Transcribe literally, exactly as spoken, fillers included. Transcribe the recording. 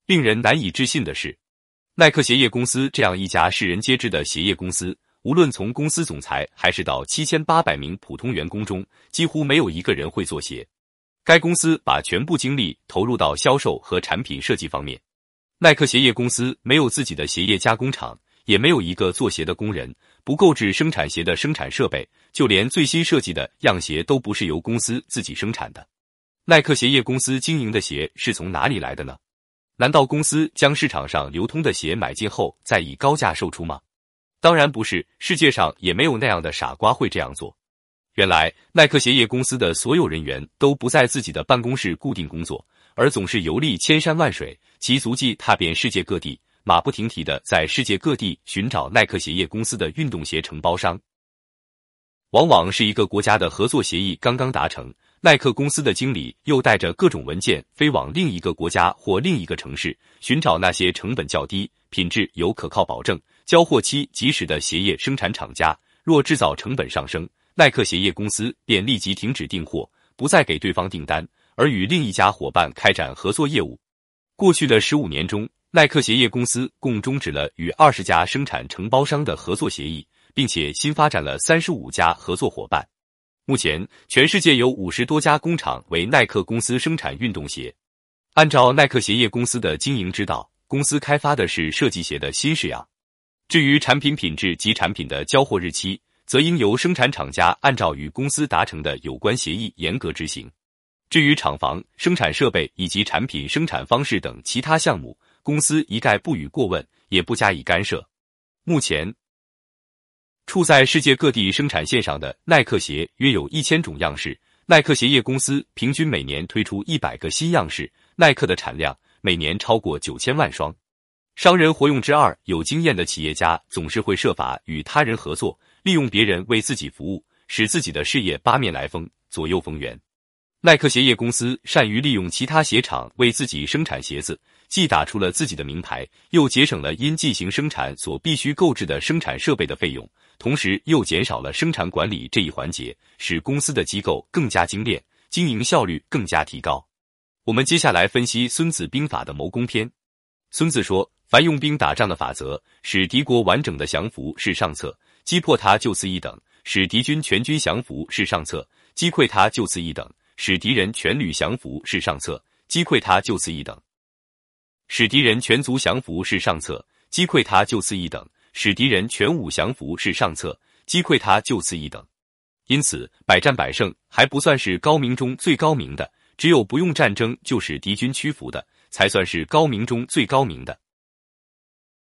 令人难以置信的是，耐克鞋业公司这样一家世人皆知的鞋业公司，无论从公司总裁还是到七千八百名普通员工中，几乎没有一个人会做鞋。该公司把全部精力投入到销售和产品设计方面。耐克鞋业公司没有自己的鞋业加工厂，也没有一个做鞋的工人，不购置生产鞋的生产设备，就连最新设计的样鞋都不是由公司自己生产的。耐克鞋业公司经营的鞋是从哪里来的呢？难道公司将市场上流通的鞋买进后再以高价售出吗？当然不是，世界上也没有那样的傻瓜会这样做。原来，耐克鞋业公司的所有人员都不在自己的办公室固定工作，而总是游历千山万水，其足迹踏遍世界各地，马不停蹄地在世界各地寻找耐克鞋业公司的运动鞋承包商。往往是一个国家的合作协议刚刚达成，耐克公司的经理又带着各种文件飞往另一个国家或另一个城市，寻找那些成本较低、品质有可靠保证、交货期及时的鞋业生产厂家。若制造成本上升，耐克鞋业公司便立即停止订货，不再给对方订单，而与另一家伙伴开展合作业务。过去的十五年中，耐克鞋业公司共终止了与二十家生产承包商的合作协议，并且新发展了三十五家合作伙伴。目前，全世界有五十多家工厂为耐克公司生产运动鞋。按照耐克鞋业公司的经营之道，公司开发的是设计鞋的新式样。至于产品品质及产品的交货日期，则应由生产厂家按照与公司达成的有关协议严格执行。至于厂房、生产设备以及产品生产方式等其他项目，公司一概不予过问，也不加以干涉。目前，处在世界各地生产线上的耐克鞋约有一千种样式，耐克鞋业公司平均每年推出一百个新样式，耐克的产量每年超过九千万双。商人活用之二，有经验的企业家总是会设法与他人合作，利用别人为自己服务，使自己的事业八面来风，左右逢源。耐克鞋业公司善于利用其他鞋厂为自己生产鞋子，既打出了自己的名牌，又节省了因进行生产所必须购置的生产设备的费用，同时又减少了生产管理这一环节，使公司的机构更加精炼，经营效率更加提高。我们接下来分析《孙子兵法》的谋攻篇。孙子说，凡用兵打仗的法则，使敌国完整的降服是上策，击破他就次一等；使敌军全军降服是上策，击溃他就次一等；使敌人全旅降服是上策，击溃他就次一等；使敌人全族降服是上策，击溃他就次一等；使敌人全武降服是上策，击溃他就次一等。因此，百战百胜还不算是高明中最高明的，只有不用战争就使敌军屈服的，才算是高明中最高明的。